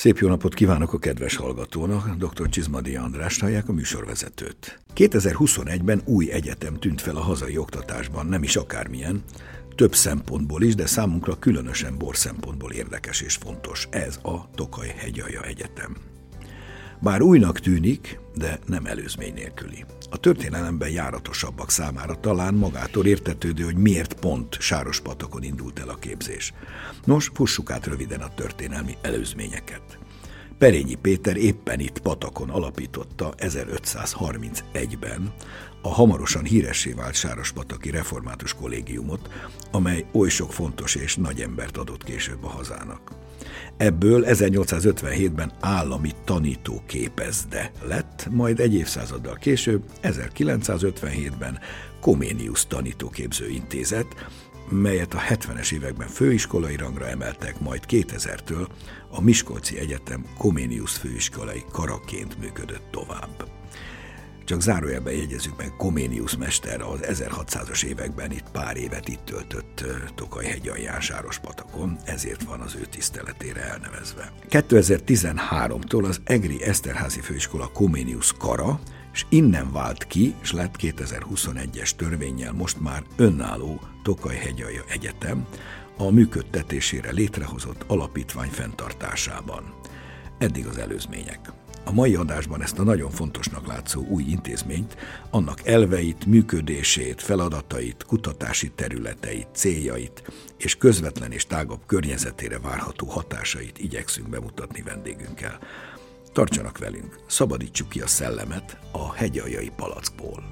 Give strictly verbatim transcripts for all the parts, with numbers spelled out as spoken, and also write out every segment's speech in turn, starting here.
Szép jó napot kívánok a kedves hallgatónak, dr. Csizmadia Andrást hallják, a műsorvezetőt. kétezer-huszonegyben új egyetem tűnt fel a hazai oktatásban, nem is akármilyen, több szempontból is, de számunkra különösen bor szempontból érdekes és fontos. Ez a Tokaj-Hegyalja Egyetem. Bár újnak tűnik, de nem előzmény nélküli. A történelemben járatosabbak számára talán magától értetődő, hogy miért pont Sárospatakon indult el a képzés. Nos, fussuk át röviden a történelmi előzményeket. Perényi Péter éppen itt Patakon alapította ezerötszázharmincegyben a hamarosan híressé vált Sárospataki Református Kollégiumot, amely oly sok fontos és nagy embert adott később a hazának. Ebből ezernyolcszázötvenhétben állami tanítóképezde lett, majd egy évszázaddal később, ezerkilencszázötvenhétben Comenius Tanítóképző Intézet, melyet a hetvenes években főiskolai rangra emeltek, majd kétezertől a Miskolci Egyetem Comenius főiskolai karaként működött tovább. Csak zárójelben jegyezzük meg, Comenius mester az ezerhatszázas években itt pár évet itt töltött Tokaj-Hegyalján, Sárospatakon, ezért van az ő tiszteletére elnevezve. kétezer-tizenháromtól az egri Eszterházi főiskola Comenius kara, és innen vált ki, és lett kétezer-huszonegyes törvénnyel most már önálló Tokaj-Hegyalja Egyetem a működtetésére létrehozott alapítvány fenntartásában. Eddig az előzmények. A mai adásban ezt a nagyon fontosnak látszó új intézményt, annak elveit, működését, feladatait, kutatási területeit, céljait és közvetlen és tágabb környezetére várható hatásait igyekszünk bemutatni vendégünkkel. Tartsanak velünk, szabadítsuk ki a szellemet a hegyaljai palackból.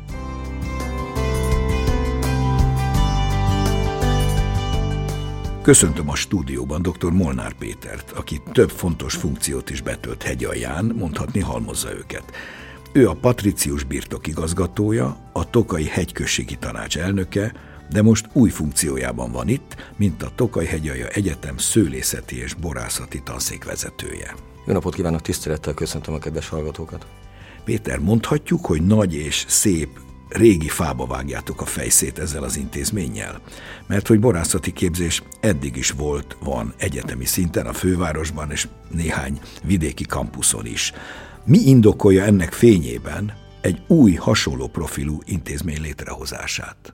Köszöntöm a stúdióban dr. Molnár Pétert, aki több fontos funkciót is betölt Hegyalján, mondhatni halmozza őket. Ő a patricius birtok igazgatója, a Tokaji Hegyközségi Tanács elnöke, de most új funkciójában van itt, mint a Tokaj-Hegyalja Egyetem szőlészeti és borászati tanszék vezetője. Jó napot kívánok, tisztelettel köszöntöm a kedves hallgatókat. Péter, mondhatjuk, hogy nagy és szép régi fába vágjátok a fejszét ezzel az intézménnyel? Mert hogy borászati képzés eddig is volt, van egyetemi szinten a fővárosban és néhány vidéki kampuszon is. Mi indokolja ennek fényében egy új, hasonló profilú intézmény létrehozását?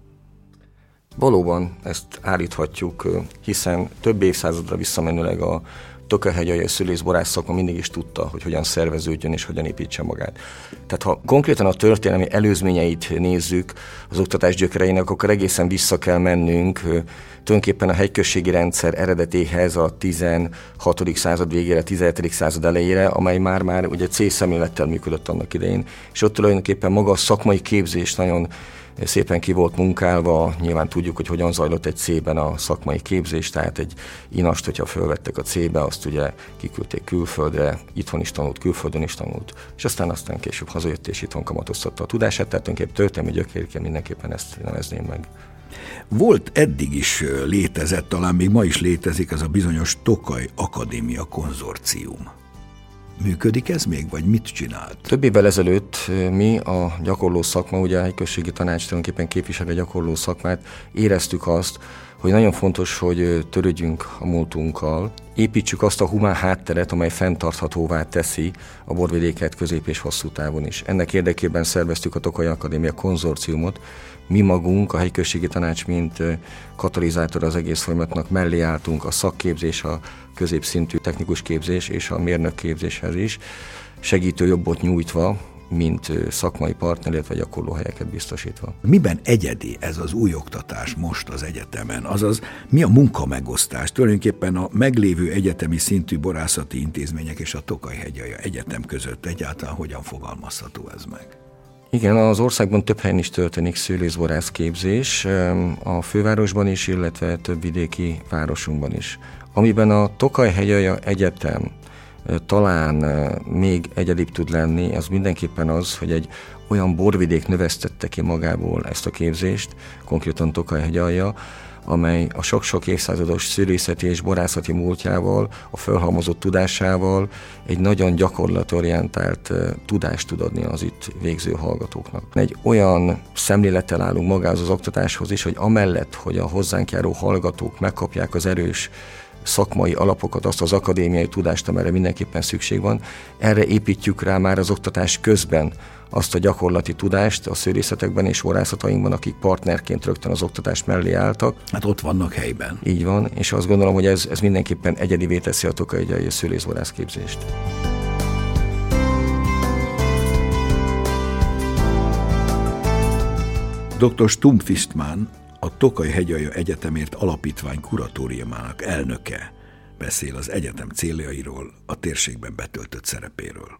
Valóban ezt állíthatjuk, hiszen több évszázadra visszamenőleg a Tokaj-Hegyalja szülészborász szakma mindig is tudta, hogy hogyan szerveződjön és hogyan építse magát. Tehát ha konkrétan a történelmi előzményeit nézzük az oktatás gyökereinek, akkor egészen vissza kell mennünk tulajdonképpen a hegyközségi rendszer eredetéhez a tizenhatodik század végére, tizenhetedik század elejére, amely már-már ugye C-szemlélettel működött annak idején, és ott tulajdonképpen maga a szakmai képzés nagyon szépen ki volt munkálva, nyilván tudjuk, hogy hogyan zajlott egy C-ben a szakmai képzés, tehát egy inast, hogyha fölvettek a C-be, azt ugye kiküldték külföldre, itthon is tanult, külföldön is tanult, és aztán aztán később hazajött és itthon kamatoztatta a tudását, tehát tulajdonképpen történelmi gyökérként mindenképpen ezt nevezném meg. Volt eddig is létezett, talán még ma is létezik ez a bizonyos Tokaj Akadémia konzorcium. Működik ez még, vagy mit csinált? Több évvel ezelőtt mi a gyakorló szakma, ugye a Hegyközségi Tanács tulajdonképpen képviseli a gyakorló szakmát, éreztük azt, hogy nagyon fontos, hogy törődjünk a múltunkkal, építsük azt a humán hátteret, amely fenntarthatóvá teszi a borvidéket közép és hosszú távon is. Ennek érdekében szerveztük a Tokaj Akadémia konzorciumot. Mi magunk, a Hegyközségi Tanács, mint katalizátor az egész folyamatnak mellé álltunk, a szakképzés, a középszintű technikus képzés és a mérnök képzéshez is, segítő jobbot nyújtva, mint szakmai partner, illetve gyakorlóhelyeket biztosítva. Miben egyedi ez az új oktatás most az egyetemen? Azaz, mi a munkamegosztás? Tulajdonképpen a meglévő egyetemi szintű borászati intézmények és a Tokaj-Hegyalja Egyetem között egyáltalán hogyan fogalmazható ez meg? Igen, az országban több helyen is történik szőlészborász képzés, a fővárosban is, illetve több vidéki városunkban is. Amiben a Tokaj-Hegyalja Egyetem talán még egyedibb tud lenni, az mindenképpen az, hogy egy olyan borvidék növesztette ki magából ezt a képzést, konkrétan Tokaj-Hegyalja, amely a sok-sok évszázados szőlészeti és borászati múltjával, a felhalmozott tudásával egy nagyon gyakorlatorientált tudást tud adni az itt végző hallgatóknak. Egy olyan szemlélettel állunk magához az oktatáshoz is, hogy amellett, hogy a hozzánk járó hallgatók megkapják az erős szakmai alapokat, azt az akadémiai tudást, amire mindenképpen szükség van, erre építjük rá már az oktatás közben azt a gyakorlati tudást a szőlészetekben és borászatainkban, akik partnerként rögtön az oktatás mellé álltak. Hát ott vannak helyben. Így van, és azt gondolom, hogy ez, ez mindenképpen egyedivé teszi a Tokaj-hegyalja szőlészborász képzést. doktor Stumpf István, a Tokaj-hegyalja Egyetemért Alapítvány kuratóriumának elnöke beszél az egyetem céljairól, a térségben betöltött szerepéről.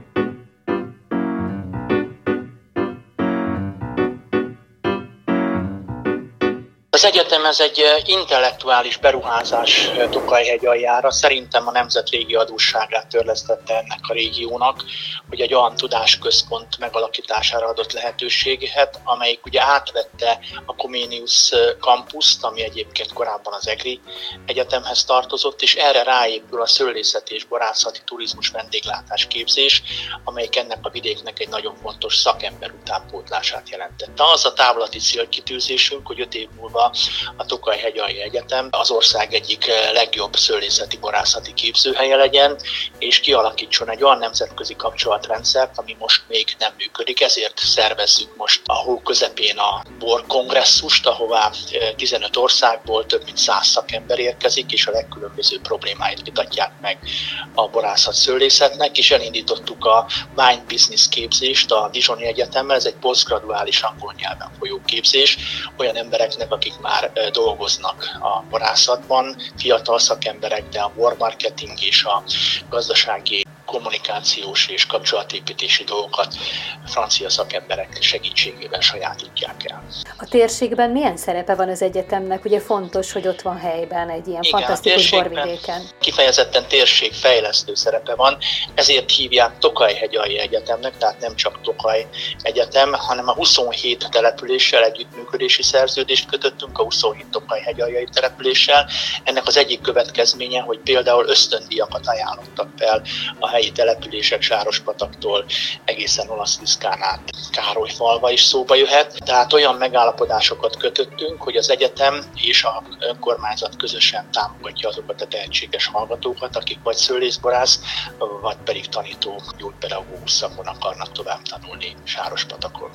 Az egyetem ez egy intellektuális beruházás Tokaj-hegyaljára. Szerintem a nemzet régi adósságát törlesztette ennek a régiónak, hogy egy olyan tudásközpont megalakítására adott lehetőséget, amelyik ugye átvette a Comenius kampuszt, ami egyébként korábban az EGRI Egyetemhez tartozott, és erre ráépül a szőlészeti és borászati turizmus vendéglátás képzés, amelyik ennek a vidéknek egy nagyon fontos szakember utánpótlását jelentette. Az a távlati célkitűzésünk, hogy öt év múlva a Tokaj-hegyalja Egyetem az ország egyik legjobb szőlészeti borászati képzőhelye legyen, és kialakítson egy olyan nemzetközi kapcsolatrendszert, ami most még nem működik. Ezért szervezzük most a hó közepén a bor kongresszust, ahová tizenöt országból több mint száz szakember érkezik, és a legkülönbözőbb problémáit vitatják meg a borászat szőlészetnek, és elindítottuk a Wine Business képzést a Dijoni Egyetemmel. Ez egy posztgraduális angol nyelven folyó képzés olyan embereknek, akik már dolgoznak a borászatban, fiatal szakemberek, de a bor marketing és a gazdasági kommunikációs és kapcsolatépítési dolgokat francia szakemberek segítségével sajátítják el. A térségben milyen szerepe van az egyetemnek? Ugye fontos, hogy ott van helyben egy ilyen igen, fantasztikus borvidéken. Kifejezetten térségfejlesztő szerepe van, ezért hívják Tokaj-hegyalja Egyetemnek, tehát nem csak Tokaj Egyetem, hanem a huszonhét településsel együttműködési szerződést kötöttünk, a huszonhét Tokaj-hegyalja településsel. Ennek az egyik következménye, hogy például ösztöndíjakat ajánlottak fel a helyi települések Sárospataktól egészen Olaszliszkán át Károlyfalva is szóba jöhet. Tehát olyan megállapodásokat kötöttünk, hogy az egyetem és a önkormányzat közösen támogatja azokat a tehetséges hallgatókat, akik vagy szőlészborász, vagy pedig tanító, gyógypedagógus szakon akarnak tovább tanulni Sárospatakon.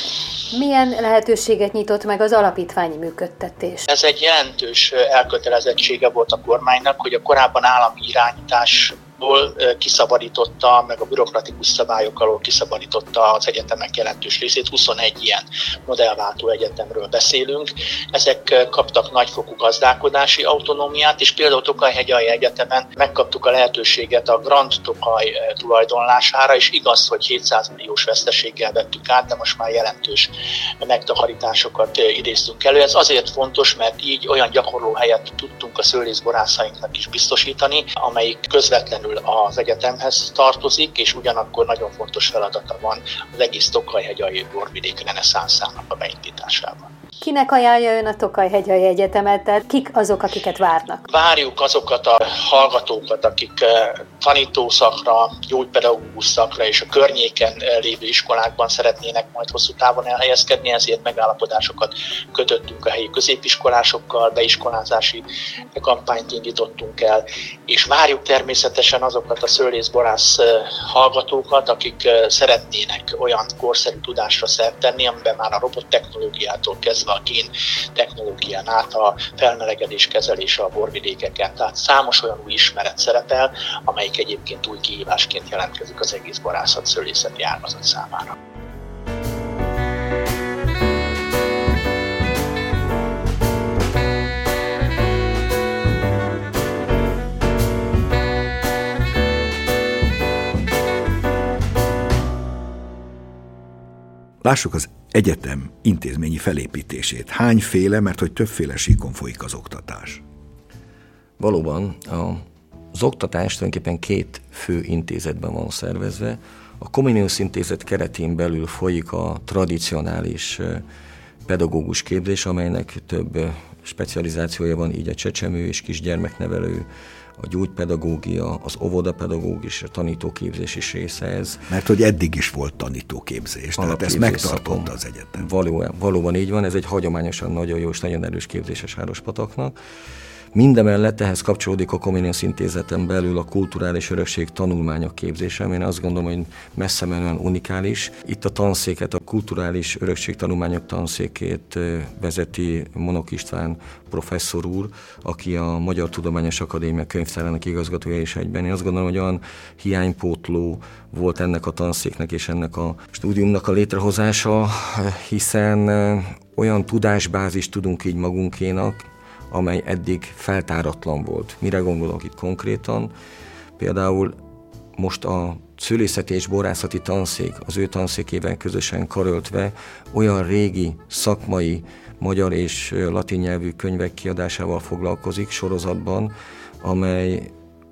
Milyen lehetőséget nyitott meg az alapítványi működtetés? Ez egy jelentős elkötelezettsége volt a kormánynak, hogy a korábban állami irányítás kiszabadította, meg a bürokratikus szabályok alól kiszabadította az egyetemek jelentős részét. huszonegy ilyen modellváltó egyetemről beszélünk. Ezek kaptak nagyfokú gazdálkodási autonómiát, és például Tokaj-hegyalja Egyetemen megkaptuk a lehetőséget a Grand Tokaj tulajdonlására, és igaz, hogy hétszáz milliós veszteséggel vettük át, de most már jelentős megtakarításokat idéztünk elő. Ez azért fontos, mert így olyan gyakorlóhelyet tudtunk a szőlészborászainknak is biztosítani, amelyik közvetlenül az egyetemhez tartozik, és ugyanakkor nagyon fontos feladata van az egész Tokaj-hegyalja borvidék reneszánszának a beindításában. Kinek ajánlja ön a Tokaj-hegyalja Egyetemet, tehát kik azok, akiket várnak? Várjuk azokat a hallgatókat, akik tanítószakra, gyógypedagógus szakra és a környéken lévő iskolákban szeretnének majd hosszú távon elhelyezkedni, ezért megállapodásokat kötöttünk a helyi középiskolásokkal, beiskolázási kampányt indítottunk el, és várjuk természetesen azokat a szőlészborász hallgatókat, akik szeretnének olyan korszerű tudásra szert tenni, amiben már a robottechnológiától kezdve a gén technológián át a felmelegedés kezelése a borvidékeken. Tehát számos olyan új ismeret szerepel, amelyik egyébként új kihívásként jelentkezik az egész borászat szőlészeti ágazat számára. Lássuk az egyetem intézményi felépítését. Hányféle, mert hogy többféle síkon folyik az oktatás? Valóban az oktatás tulajdonképpen két fő intézetben van szervezve. A Comenius intézet keretén belül folyik a tradicionális pedagógus képzés, amelynek több specializációja van, így a csecsemő és kisgyermeknevelő, a gyógypedagógia, az óvodapedagógus, a tanítóképzés is része ez. Mert hogy eddig is volt tanítóképzés, tehát ezt megtartotta az egyetem. Valóban, valóban így van, ez egy hagyományosan nagyon jó és nagyon erős képzés a Sárospataknak. Mindemellett ehhez kapcsolódik a Comenius Intézeten belül a kulturális örökség tanulmányok képzése, ami én azt gondolom, hogy messze menően unikális. Itt a tanszéket, a kulturális örökség tanulmányok tanszékét vezeti Monok István professzor úr, aki a Magyar Tudományos Akadémia könyvtárának igazgatója is egyben. Én azt gondolom, hogy olyan hiánypótló volt ennek a tanszéknek és ennek a stúdiumnak a létrehozása, hiszen olyan tudásbázist tudunk így magunkénak, amely eddig feltáratlan volt. Mire gondolok itt konkrétan? Például most a szülészeti és borászati tanszék, az ő tanszékével közösen karöltve olyan régi szakmai magyar és latin nyelvű könyvek kiadásával foglalkozik sorozatban, amely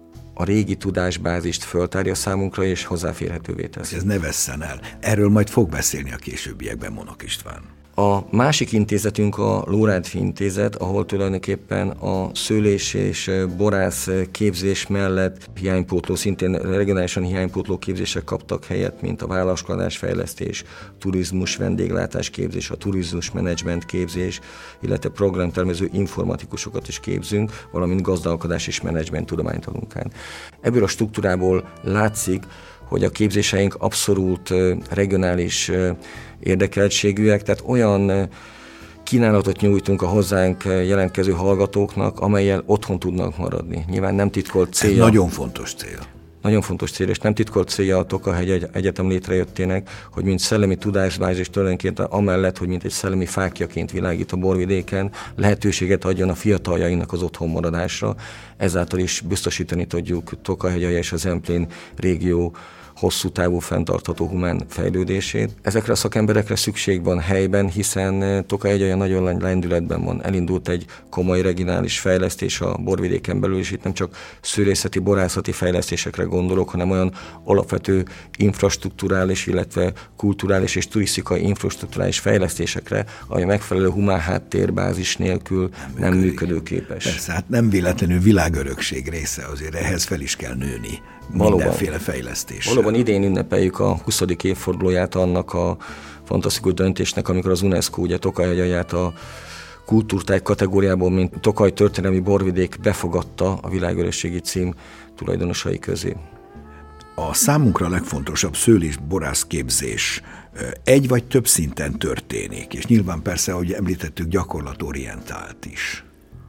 a régi tudásbázist föltárja számunkra és hozzáférhetővé teszi. Ez ne vesszen el. Erről majd fog beszélni a későbbiekben Monok István. A másik intézetünk a Lórántfi Intézet, ahol tulajdonképpen a szőlés és borász képzés mellett hiánypótló, szintén regionálisan hiánypótló képzések kaptak helyet, mint a vállalkozásfejlesztés, turizmus, vendéglátás képzés, a turizmus menedzsment képzés, illetve programtervező informatikusokat is képzünk, valamint gazdálkodás és menedzsment tudománytanunkán. Ebből a struktúrából látszik, hogy a képzéseink abszolút regionális érdekeltségűek, tehát olyan kínálatot nyújtunk a hozzánk jelentkező hallgatóknak, amellyel otthon tudnak maradni. Nyilván nem titkolt célja. Ez nagyon fontos cél. Nagyon fontos cél, és nem titkolt célja a Tokahegy Egyetem létrejöttének, hogy mint szellemi tudásbázis tulajdonképpen amellett, hogy mint egy szellemi fákjaként világít a borvidéken, lehetőséget adjon a fiataljainak az otthon maradásra. Ezáltal is biztosítani tudjuk Tokahegyalja és a Zemplén régió hosszú távú fenntartható humán fejlődését. Ezekre a szakemberekre szükség van helyben, hiszen Tokahegyalja nagyon lendületben van. Elindult egy komoly regionális fejlesztés a borvidéken belül, és itt nem csak szőlészeti, borászati fejlesztésekre gondolok, hanem olyan alapvető infrastrukturális, illetve kulturális és turisztikai infrastrukturális fejlesztésekre, ami megfelelő humán háttérbázis nélkül nem, nem működőképes. Persze, hát nem véletlenül világörökség része, azért ehhez fel is kell nőni. Valóban, mindenféle fejlesztés. Valóban idén ünnepeljük a huszadik évfordulóját annak a fantasztikus döntésnek, amikor az UNESCO ugye Tokahegyalját a kultúrtáj kategóriából, mint Tokaj történelmi borvidék befogadta a világörökségi cím tulajdonosai közé. A számunkra legfontosabb szőlés-borász képzés egy vagy több szinten történik, és nyilván persze, ahogy említettük, gyakorlatorientált is.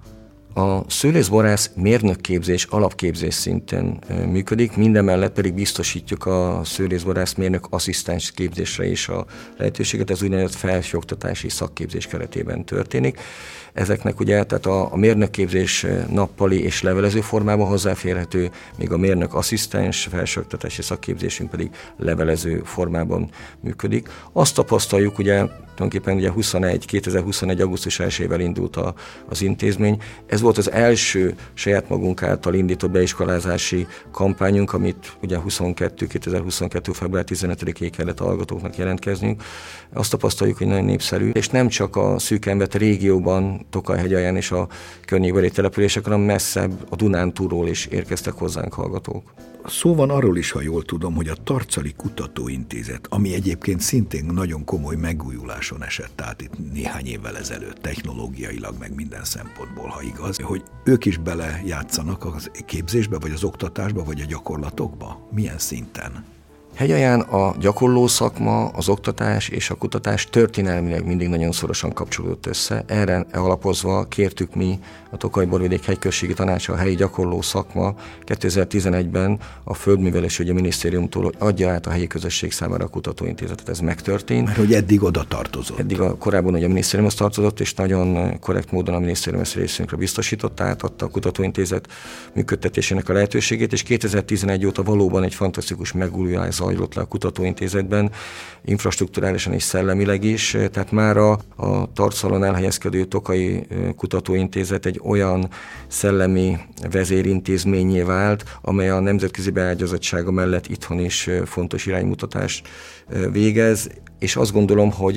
A szőlészborász mérnökképzés alapképzés szinten működik, mindemellett pedig biztosítjuk a szőlészborász mérnök asszisztens képzésre is a lehetőséget, ez úgynevezett felsőoktatási szakképzés keretében történik. Ezeknek ugye, tehát a, a mérnökképzés nappali és levelező formában hozzáférhető, míg a mérnök asszisztens felsőoktatási szakképzésünk pedig levelező formában működik. Azt tapasztaljuk, ugye tulajdonképpen ugye huszonegy, kétezer-huszonegy. augusztus elsejével indult a, az intézmény. Ez volt az első saját magunk által indított beiskolázási kampányunk, amit ugye huszonkettő, kétezer-huszonkettő. február tizenötödikéig kellett a hallgatóknak jelentkeznünk. Azt tapasztaljuk, hogy nagyon népszerű, és nem csak a Szűk-Emmet régióban, Tokajhegyalján és a környékbeli települések, hanem messzebb a Dunántúlról is érkeztek hozzánk hallgatók. Szó van arról is, ha jól tudom, hogy a Tarcali Kutatóintézet, ami egyébként szintén nagyon komoly megújuláson esett át itt néhány évvel ezelőtt, technológiailag, meg minden szempontból, ha igaz, hogy ők is belejátszanak a képzésbe, vagy az oktatásba, vagy a gyakorlatokba? Milyen szinten? Hegyalján a gyakorló szakma, az oktatás és a kutatás történelmileg mindig nagyon szorosan kapcsolódott össze. Erre alapozva kértük mi a Tokaj Borvidék Hegyközségi Tanácsa, a helyi gyakorló szakma kétezer-tizenegyben a Földművelésügyi Minisztériumtól, hogy adja át a helyi közösség számára a kutatóintézetet. Ez megtörtént. Mert hogy eddig oda tartozott. Eddig a, korábban ugye a minisztériumhoz tartozott, és nagyon korrekt módon a minisztérium ezt részünkre biztosította, átadta a kutatóintézet működtetésének a lehetőségét, és kétezer-tizenegy óta valóban egy fantasztikus megújulás zajlott le a kutatóintézetben, infrastrukturálisan és szellemileg is, tehát már a, a Tarcalon elhelyezkedő Tokai Kutatóintézet egy olyan szellemi vezérintézménnyé vált, amely a nemzetközi beágyazottsága mellett itthon is fontos iránymutatást végez, és azt gondolom, hogy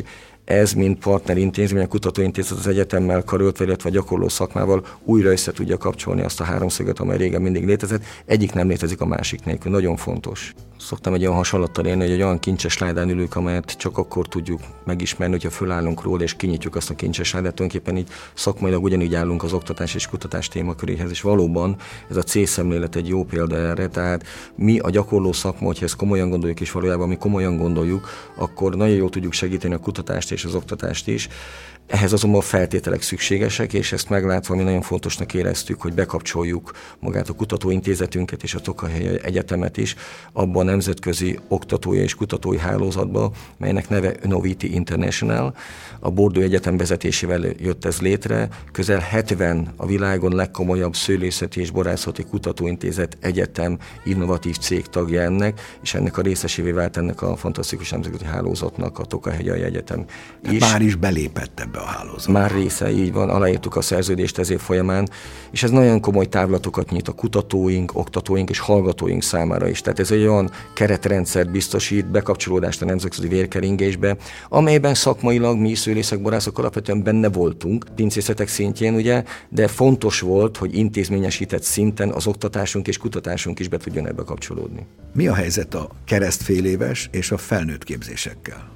ez, mint partnerintézmény, a kutatóintézet az egyetemmel karöltve, illetve a gyakorló szakmával újra össze tudja kapcsolni azt a háromszöget, amely régen mindig létezett. Egyik nem létezik a másik nélkül. Nagyon fontos. Szoktam egy olyan hasonlattal élni, hogy egy olyan kincses slájdán ülünk, amelyet csak akkor tudjuk megismerni, hogyha fölállunk róla és kinyitjuk azt a kincses slájdát. Tulajdonképpen így szakmailag ugyanígy állunk az oktatás és kutatás témaköréhez, és valóban ez a C-szemlélet egy jó példa erre. Tehát mi a gyakorló szakma, hogyha ezt komolyan gondoljuk, és valójában mi komolyan gondoljuk, akkor nagyon jól tudjuk segíteni a kutatást és az oktatást is. Ehhez azonban feltételek szükségesek, és ezt meglátva mi nagyon fontosnak éreztük, hogy bekapcsoljuk magát a kutatóintézetünket és a Tokaj Egyetemet is abba a nemzetközi oktatói és kutatói hálózatba, melynek neve Innoviti International. A Bordeaux Egyetem vezetésével jött ez létre. Közel hetven a világon legkomolyabb szőlészeti és borászati kutatóintézet, egyetem, innovatív cég tagja ennek, és ennek a részesévé vált ennek a fantasztikus nemzetközi hálózatnak a Tokaj Egyetem is. Már is belépett ebbe a hálózatba. Már része, így van, aláírtuk a szerződést ez év folyamán, és ez nagyon komoly távlatokat nyit a kutatóink, oktatóink és hallgatóink számára is. Tehát ez egy olyan keretrendszert biztosít, bekapcsolódást a nemzetközi vérkeringésbe, amelyben szakmailag mi szőlészek, borászok alapvetően benne voltunk, pincészetek szintjén, ugye, de fontos volt, hogy intézményesített szinten az oktatásunk és kutatásunk is be tudjon ebbe kapcsolódni. Mi a helyzet a keresztféléves és a felnőtt képzésekkel?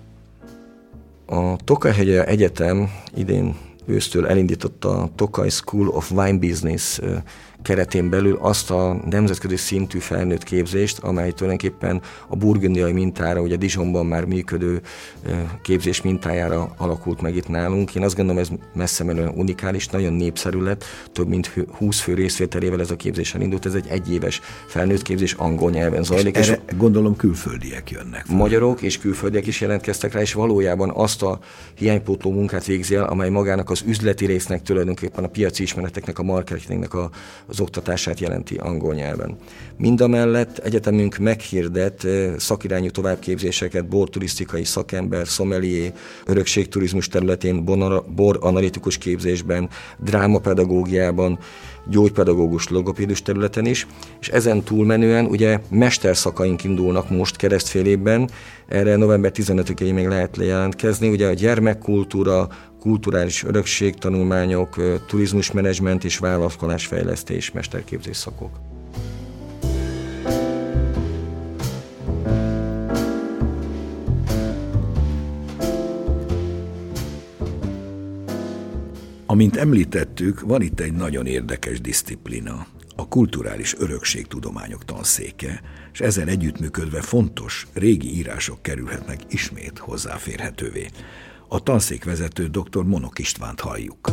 A Tokaj Egyetem idén ősztől elindította a Tokaj School of Wine Business keretén belül azt a nemzetközi szintű felnőtt képzést, amely tulajdonképpen a burgundiai mintára, ugye Dijonban már működő képzés mintájára alakult meg itt nálunk. Én azt gondolom, ez messze menően unikális, nagyon népszerű lett, több mint húsz fő részvételével ez a képzés elindult. Ez egy egyéves felnőtt képzés, angol nyelven zajlik. És erre és gondolom külföldiek jönnek. Fel. Magyarok és külföldiek is jelentkeztek rá, és valójában azt a hiánypótló munkát végzi el, amely magának az üzleti résznek, tulajdonképpen a piaci ismereteknek, a marketingnek a az oktatását jelenti angol nyelven. Mindamellett egyetemünk meghirdet szakirányú továbbképzéseket borturisztikai szakember, sommelier, örökségturizmus területén, bor analitikus képzésben, drámapedagógiában, gyógypedagógus, logopédus területen is, és ezen túlmenően ugye mesterszakaink indulnak most keresztfél évben, erre november tizenötödikéig még lehet lejelentkezni, ugye a gyermekkultúra, kulturális örökségtanulmányok, turizmusmenedzsment és vállalkozásfejlesztés mesterképzés szakok. Amint említettük, van itt egy nagyon érdekes diszciplina, a kulturális örökségtudományok tanszéke, és ezen együttműködve fontos, régi írások kerülhetnek ismét hozzáférhetővé. A tanszékvezető dr. Monok Istvánt halljuk.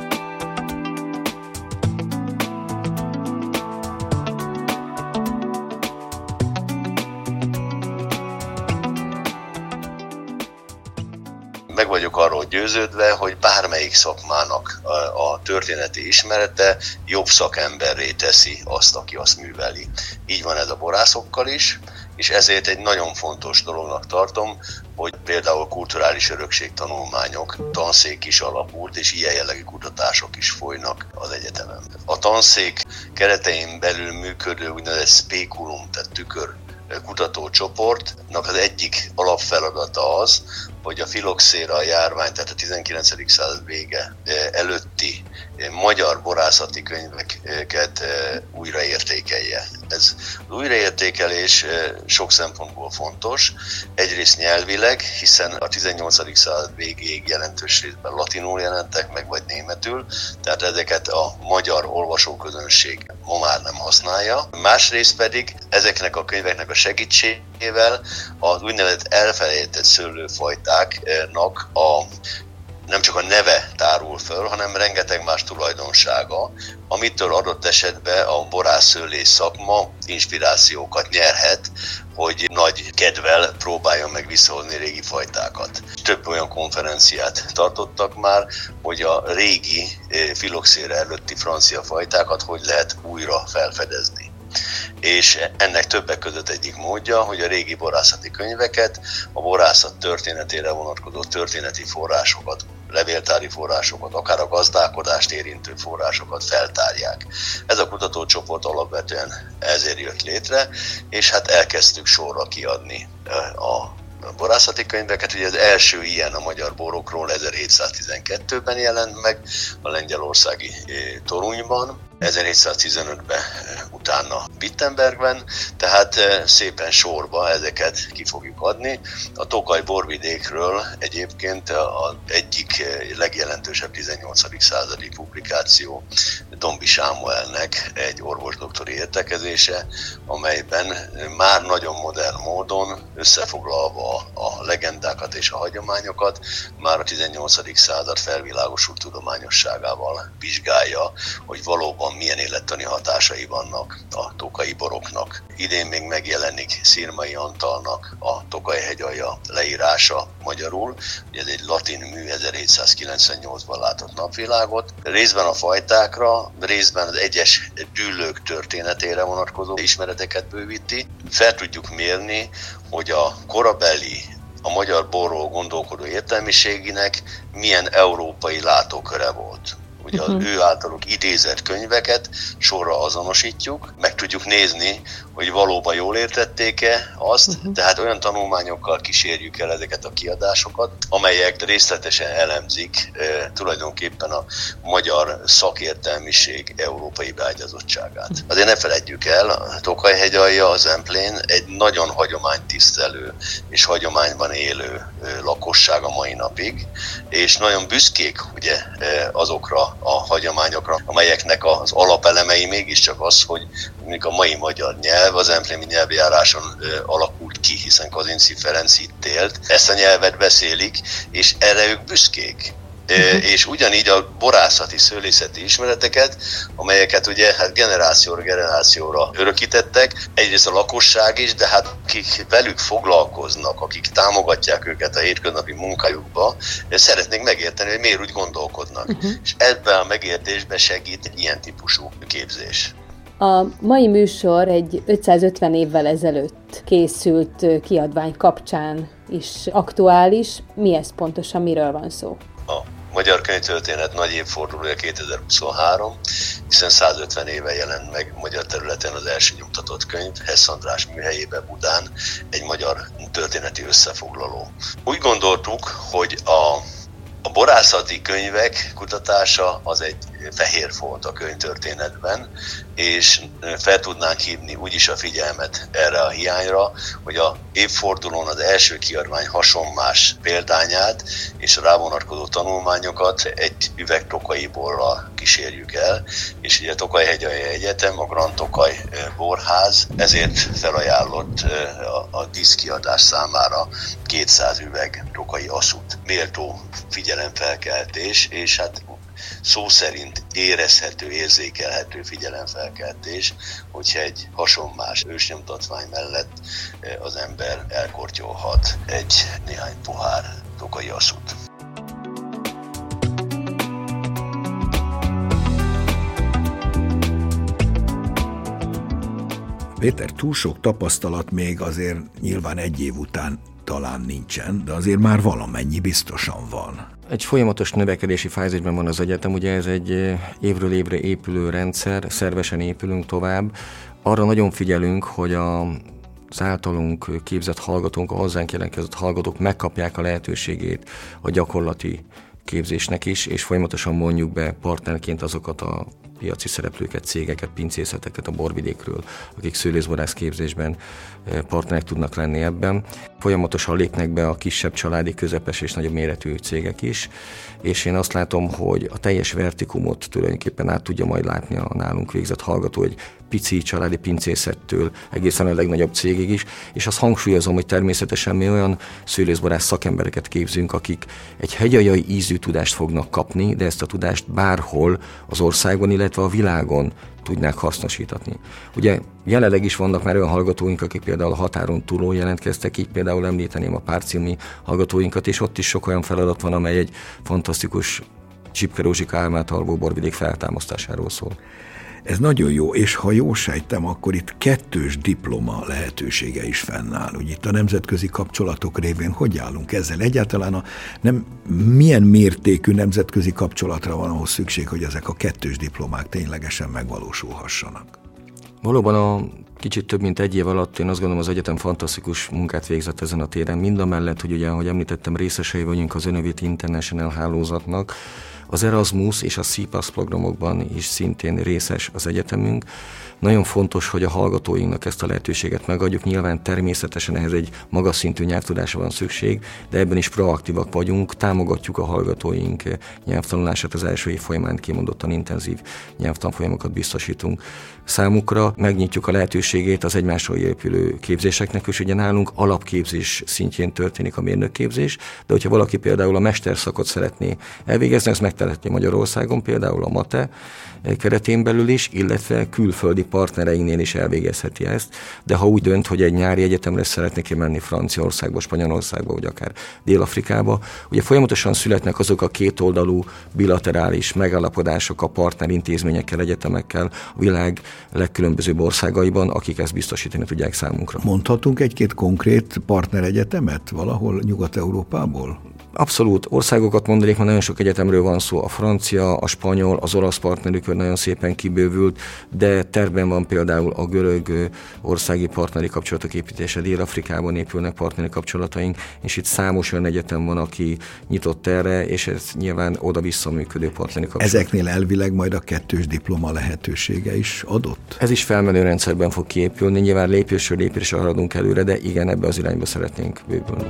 Meg vagyok arról győződve, hogy bármelyik szakmának a történeti ismerete jobb szakemberré teszi azt, aki azt műveli. Így van ez a borászokkal is, és ezért egy nagyon fontos dolognak tartom, hogy például kulturális örökségtanulmányok tanszék is alapult, és ilyen jellegű kutatások is folynak az egyetemen. A tanszék keretein belül működő úgynevezett spékulum, tehát tükör kutatócsoportnak az egyik alapfeladata az, hogy a filoxéra járvány, tehát a tizenkilencedik század vége előtti magyar borászati könyveket újraértékelje. Ez az újraértékelés sok szempontból fontos. Egyrészt nyelvileg, hiszen a tizennyolcadik század végéig jelentős részben latinul jelentek meg, vagy németül, tehát ezeket a magyar olvasóközönség ma már nem használja. Másrészt pedig ezeknek a könyveknek a segítségével az úgynevezett elfelejtett szőlőfajtáknak a nem csak a neve tárul föl, hanem rengeteg más tulajdonsága, amitől adott esetben a borász-szőlész szakma inspirációkat nyerhet, hogy nagy kedvel próbáljon meg visszahozni régi fajtákat. Több olyan konferenciát tartottak már, hogy a régi filoxéra előtti francia fajtákat hogy lehet újra felfedezni. És ennek többek között egyik módja, hogy a régi borászati könyveket, a borászat történetére vonatkozó történeti forrásokat, levéltári forrásokat, akár a gazdálkodást érintő forrásokat feltárják. Ez a kutatócsoport alapvetően ezért jött létre, és hát elkezdtük sorra kiadni a borászati könyveket. Ugye az első ilyen a magyar borokról ezerhétszáztizenkettőben jelent meg a lengyelországi Torunyban, ezerhétszáztizenötben utána Wittenbergben, tehát szépen sorba ezeket ki fogjuk adni. A Tokaj borvidékről egyébként az egyik legjelentősebb tizennyolcadik századi publikáció Dombi Sámuelnek egy orvosdoktori értekezése, amelyben már nagyon modern módon összefoglalva a legendákat és a hagyományokat már a tizennyolcadik század felvilágosult tudományosságával vizsgálja, hogy valóban milyen élettani hatásai vannak a tokaji boroknak. Idén még megjelenik Szirmai Antalnak a Tokaj hegyalja leírása magyarul. Ez egy latin mű, ezerhétszázkilencvennyolcban látott napvilágot. Részben a fajtákra, részben az egyes dűlők történetére vonatkozó ismereteket bővíti. Fel tudjuk mérni, hogy a korabeli, a magyar borról gondolkodó értelmiségének milyen európai látóköre volt. Ugye az ő általuk idézett könyveket sorra azonosítjuk, meg tudjuk nézni, hogy valóban jól értették-e azt, uh-huh. tehát olyan tanulmányokkal kísérjük el ezeket a kiadásokat, amelyek részletesen elemzik e, tulajdonképpen a magyar szakértelmiség európai beágyazottságát. Uh-huh. Azért ne feledjük el, a Tokaj hegyalja, a Zemplén egy nagyon hagyománytisztelő és hagyományban élő e, lakosság a mai napig, és nagyon büszkék ugye, e, azokra a hagyományokra, amelyeknek az alapelemei mégiscsak az, hogy mondjuk a mai magyar nyelv az emplémi nyelvjáráson ö, alakult ki, hiszen Kazinczy Ferenc itt élt. Ezt a nyelvet beszélik, és erre ők büszkék. Uh-huh. És ugyanígy a borászati, szőlészeti ismereteket, amelyeket ugye hát generációra generációra örökítettek, egyrészt a lakosság is, de hát akik velük foglalkoznak, akik támogatják őket a hétköznapi munkájukba, szeretnék megérteni, hogy miért úgy gondolkodnak. Uh-huh. És ebben a megértésben segít egy ilyen típusú képzés. A mai műsor egy ötszázötven évvel ezelőtt készült kiadvány kapcsán is aktuális. Mi ez pontosan, miről van szó? A magyar könyvtörténet nagy évfordulója kétezer-huszonhárom, hiszen százötven éve jelent meg magyar területen az első nyomtatott könyv, Hess András műhelyében Budán, egy magyar történeti összefoglaló. Úgy gondoltuk, hogy a A borászati könyvek kutatása az egy fehér folt a könyvtörténetben, és fel tudnánk hívni úgyis a figyelmet erre a hiányra, hogy a évfordulón az első kiadvány hasonmás példányát és a rávonatkozó tanulmányokat egy üveg tokaji borral kísérjük el, és ugye a Tokaj hegyalja Egyetem, a Grand Tokaj Borház ezért felajánlott a, a díszkiadás számára kétszáz üveg tokaji asszút. Méltó figyelemfelkeltés, és hát szó szerint érezhető, érzékelhető figyelemfelkeltés, hogyha egy hasonmás ősnyomtatvány mellett az ember elkortyolhat egy néhány pohár tokaji asszút. Péter, túl sok tapasztalat még azért nyilván egy év után talán nincsen, de azért már valamennyi biztosan van. Egy folyamatos növekedési fázisban van az egyetem, ugye ez egy évről évre épülő rendszer, szervesen épülünk tovább. Arra nagyon figyelünk, hogy a, az általunk képzett hallgatónk, a hozzánk jelentkezett hallgatók megkapják a lehetőségét a gyakorlati képzésnek is, és folyamatosan mondjuk be partnerként azokat a piaci szereplőket, cégeket, pincészeteket a borvidékről, akik szőlészborász képzésben partnerek tudnak lenni ebben. Folyamatosan lépnek be a kisebb családi, közepes és nagyobb méretű cégek is, és én azt látom, hogy a teljes vertikumot tulajdonképpen át tudja majd látni a nálunk végzett hallgató, egy pici családi pincészettől egészen a legnagyobb cégig is, és azt hangsúlyozom, hogy természetesen mi olyan szőlészborász szakembereket képzünk, akik egy hegyaljai ízű tudást fognak kapni, de ezt a tudást bárhol az országban, illetve a világon tudnák hasznosítani. Ugye jelenleg is vannak már olyan hallgatóink, akik például a határon túlon jelentkeztek, így például említeném a párcilmi hallgatóinkat, és ott is sok olyan feladat van, amely egy fantasztikus Csipke Rózsika álmát alvó borvidék feltámasztásáról szól. Ez nagyon jó, és ha jól sejtem, akkor itt kettős diploma lehetősége is fennáll. Ugye itt a nemzetközi kapcsolatok révén hogy állunk ezzel? Egyáltalán a nem, milyen mértékű nemzetközi kapcsolatra van ahhoz szükség, hogy ezek a kettős diplomák ténylegesen megvalósulhassanak? Valóban a kicsit több mint egy év alatt én azt gondolom az egyetem fantasztikus munkát végzett ezen a téren. Mindamellett, hogy ugye, ahogy említettem, részesei vagyunk az Innovate International hálózatnak, az Erasmus és a C P A S programokban is szintén részes az egyetemünk. Nagyon fontos, hogy a hallgatóinknak ezt a lehetőséget megadjuk. Nyilván természetesen ehhez egy magas szintű nyelvtudásra van szükség, de ebben is proaktívak vagyunk, támogatjuk a hallgatóink nyelvtanulását, az első év folyamán kimondottan intenzív nyelvtanfolyamokat biztosítunk számukra, megnyitjuk a lehetőségét az egymásról épülő képzéseknek, és ugye nálunk alapképzés szintjén történik a mérnökképzés, de hogyha valaki például a mesterszakot szeretné elvégezni, ez megtehetné Magyarországon, például a MATE keretén belül is, illetve külföldi partnereinknél is elvégezheti ezt, de ha úgy dönt, hogy egy nyári egyetemre szeretne kimenni Franciaországba, Spanyolországba, vagy akár Dél-Afrikába, ugye folyamatosan születnek azok a kétoldalú bilaterális megállapodások a partnerintézményekkel, egyetemekkel a világ legkülönbözőbb országaiban, akik ezt biztosítani tudják számunkra. Mondhatunk egy-két konkrét partneregyetemet valahol Nyugat-Európából? Abszolút országokat mondanék, mert nagyon sok egyetemről van szó. A francia, a spanyol, az olasz partnerükön nagyon szépen kibővült, de tervben van például a görög országi partneri kapcsolatok építése. Dél-Afrikában épülnek partneri kapcsolataink, és itt számos olyan egyetem van, aki nyitott erre, és ez nyilván oda-vissza működő partneri kapcsolat. Ezeknél elvileg majd a kettős diploma lehetősége is adott? Ez is felmenő rendszerben fog kiépülni, nyilván lépésről lépésre haladunk előre, de igen, ebbe az irányba szeretnénk bővülni.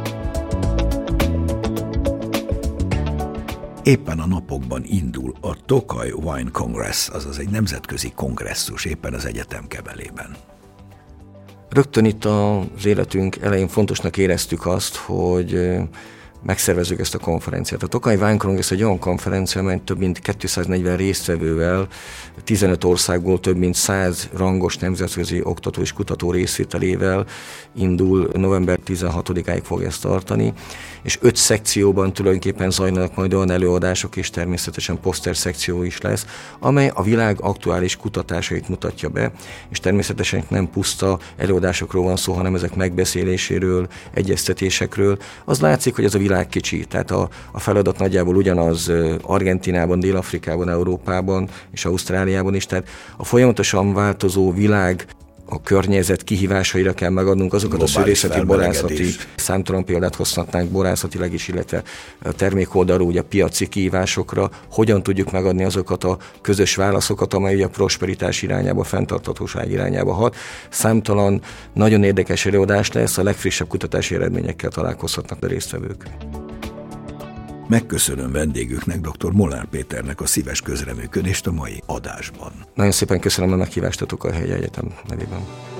Éppen a napokban indul a Tokaj Wine Congress, azaz egy nemzetközi kongresszus éppen az egyetem kebelében. Rögtön itt az életünk elején fontosnak éreztük azt, hogy megszervezzük ezt a konferenciát. A Tokaj Wine Congress egy olyan konferencia, amely több mint kétszáznegyven résztvevővel, tizenöt országból több mint száz rangos nemzetközi oktató és kutató részvételével indul, november tizenhatodikáig fog ezt tartani, és öt szekcióban tulajdonképpen zajlanak majd olyan előadások, és természetesen poszter szekció is lesz, amely a világ aktuális kutatásait mutatja be, és természetesen nem puszta előadásokról van szó, hanem ezek megbeszéléséről, egyeztetésekről. Az látszik, hogy ez a világ kicsi, tehát a, a feladat nagyjából ugyanaz Argentinában, Dél-Afrikában, Európában és Ausztráliában is, tehát a folyamatosan változó világ, a környezet kihívásaira kell megadnunk azokat globális a szülészeti, borászati, számtalan példát hozhatnánk borászatilag is, illetve a termékoldalról, ugye a piaci kihívásokra, hogyan tudjuk megadni azokat a közös válaszokat, amely a prosperitás irányába, fenntarthatóság irányába hat. Számtalan nagyon érdekes előadás lesz, a legfrissebb kutatási eredményekkel találkozhatnak a résztvevők. Megköszönöm vendégüknek, dr. Molnár Péternek a szíves közreműködést a mai adásban. Nagyon szépen köszönöm a meghívást a Tokaj Egyetem nevében.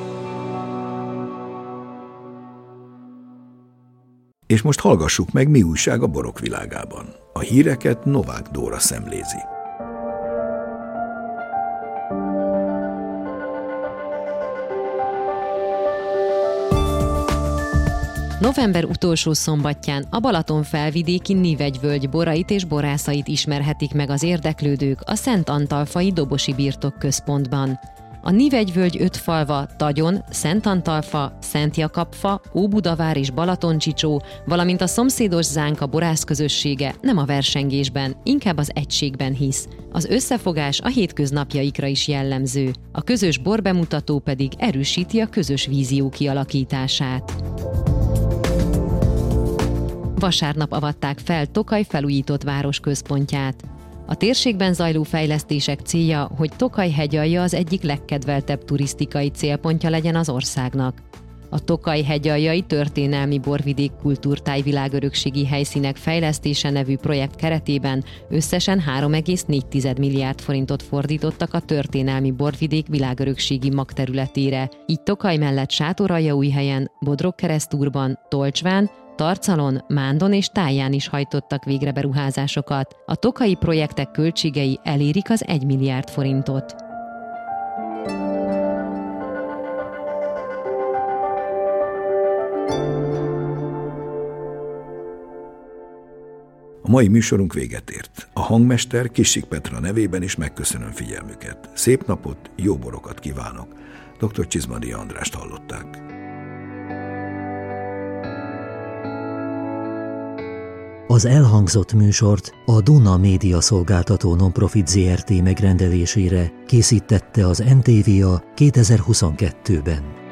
És most hallgassuk meg, mi újság a borok világában. A híreket Novák Dóra szemlézi. November utolsó szombatján a Balaton felvidéki Nivegyvölgy borait és borászait ismerhetik meg az érdeklődők a Szent Antalfai Dobosi Birtok Központban. A Nivegyvölgy öt falva, Tagyon, Szent Antalfa, Szent Jakabfa, Óbudavár és Balaton-Csicsó, valamint a szomszédos Zánka borászközössége nem a versengésben, inkább az egységben hisz. Az összefogás a hétköznapjaikra is jellemző. A közös borbemutató pedig erősíti a közös vízió kialakítását. Vasárnap avatták fel Tokaj felújított városközpontját. A térségben zajló fejlesztések célja, hogy Tokaj hegyalja az egyik legkedveltebb turisztikai célpontja legyen az országnak. A Tokaj hegyaljai történelmi borvidék kultúrtáj világörökségi helyszínek fejlesztése nevű projekt keretében összesen három egész négy milliárd forintot fordítottak a történelmi borvidék világörökségi magterületére. Így Tokaj mellett Sátoraljaújhelyen, Bodrogkeresztúrban, Tolcsván, Tarcalon, Mándon és Táján is hajtottak végre beruházásokat. A tokaji projektek költségei elérik az egy milliárd forintot. A mai műsorunk véget ért. A hangmester Kissik Petra nevében is megköszönöm figyelmüket. Szép napot, jó borokat kívánok. doktor Csizmadi Andrást hallották. Az elhangzott műsort a Duna Média Szolgáltató Nonprofit zé er té megrendelésére készítette az en té vé á kétezer-huszonkettőben.